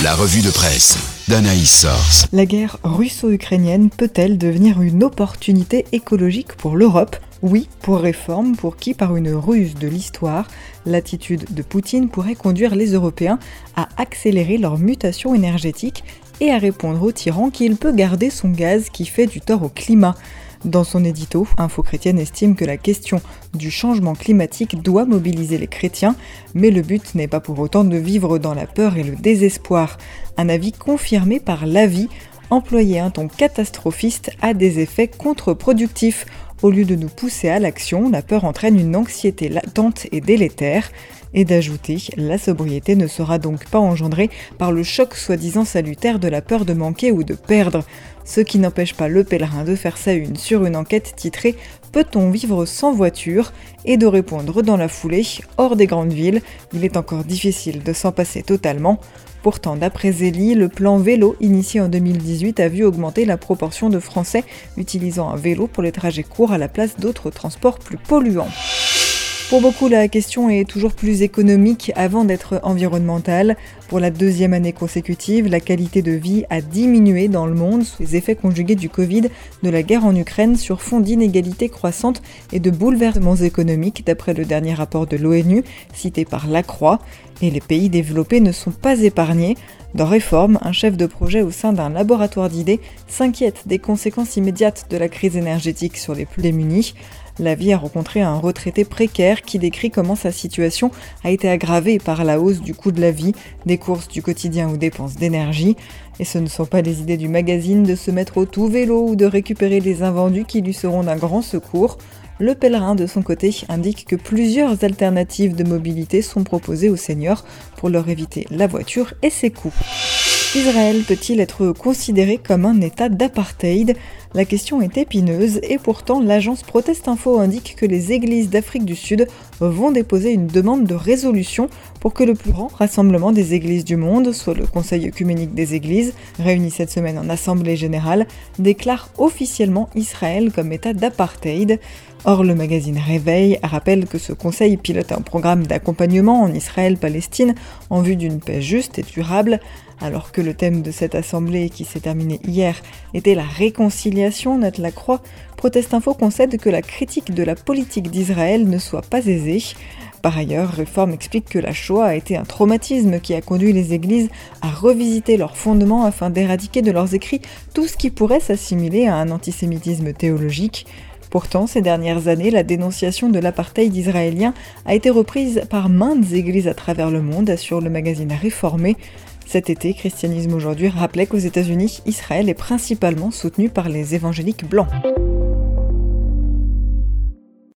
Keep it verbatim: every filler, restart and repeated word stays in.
La revue de presse d'Anaïs Source. La guerre russo-ukrainienne peut-elle devenir une opportunité écologique pour l'Europe ? Oui, pour réforme, pour qui, par une ruse de l'histoire, l'attitude de Poutine pourrait conduire les Européens à accélérer leur mutation énergétique et à répondre au tyran qu'il peut garder son gaz qui fait du tort au climat. Dans son édito, Info Chrétienne estime que la question du changement climatique doit mobiliser les chrétiens, mais le but n'est pas pour autant de vivre dans la peur et le désespoir. Un avis confirmé par l'Avis, employer un ton catastrophiste a des effets contre-productifs. Au lieu de nous pousser à l'action, la peur entraîne une anxiété latente et délétère. Et d'ajouter, la sobriété ne sera donc pas engendrée par le choc soi-disant salutaire de la peur de manquer ou de perdre. Ce qui n'empêche pas le pèlerin de faire sa une sur une enquête titrée « Peut-on vivre sans voiture ?» et de répondre dans la foulée « Hors des grandes villes, il est encore difficile de s'en passer totalement ». Pourtant, d'après Zélie, le plan vélo initié en deux mille dix-huit a vu augmenter la proportion de Français utilisant un vélo pour les trajets courts à la place d'autres transports plus polluants. Pour beaucoup, la question est toujours plus économique avant d'être environnementale. Pour la deuxième année consécutive, la qualité de vie a diminué dans le monde sous les effets conjugués du Covid, de la guerre en Ukraine sur fond d'inégalités croissantes et de bouleversements économiques, d'après le dernier rapport de l'ONU, cité par La Croix. Et les pays développés ne sont pas épargnés. Dans Réforme, un chef de projet au sein d'un laboratoire d'idées s'inquiète des conséquences immédiates de la crise énergétique sur les plus démunis. La Vie a rencontré un retraité précaire qui décrit comment sa situation a été aggravée par la hausse du coût de la vie, des courses du quotidien aux dépenses d'énergie. Et ce ne sont pas les idées du magazine de se mettre au tout vélo ou de récupérer les invendus qui lui seront d'un grand secours. Le pèlerin, de son côté, indique que plusieurs alternatives de mobilité sont proposées aux seniors pour leur éviter la voiture et ses coûts. Israël peut-il être considéré comme un état d'apartheid ? La question est épineuse et pourtant l'agence Protest Info indique que les églises d'Afrique du Sud vont déposer une demande de résolution pour que le plus grand rassemblement des églises du monde, soit le Conseil œcuménique des églises, réuni cette semaine en assemblée générale, déclare officiellement Israël comme état d'apartheid. Or, le magazine Réveil rappelle que ce conseil pilote un programme d'accompagnement en Israël-Palestine en vue d'une paix juste et durable, alors que le thème de cette assemblée qui s'est terminée hier était la réconciliation, note La Croix. Protest Info concède que la critique de la politique d'Israël ne soit pas aisée. Par ailleurs, Réforme explique que la Shoah a été un traumatisme qui a conduit les églises à revisiter leurs fondements afin d'éradiquer de leurs écrits tout ce qui pourrait s'assimiler à un antisémitisme théologique. Pourtant, ces dernières années, la dénonciation de l'apartheid israélien a été reprise par maintes églises à travers le monde, assure le magazine Réformé. Cet été, Christianisme aujourd'hui rappelait qu'aux États-Unis, Israël est principalement soutenu par les évangéliques blancs.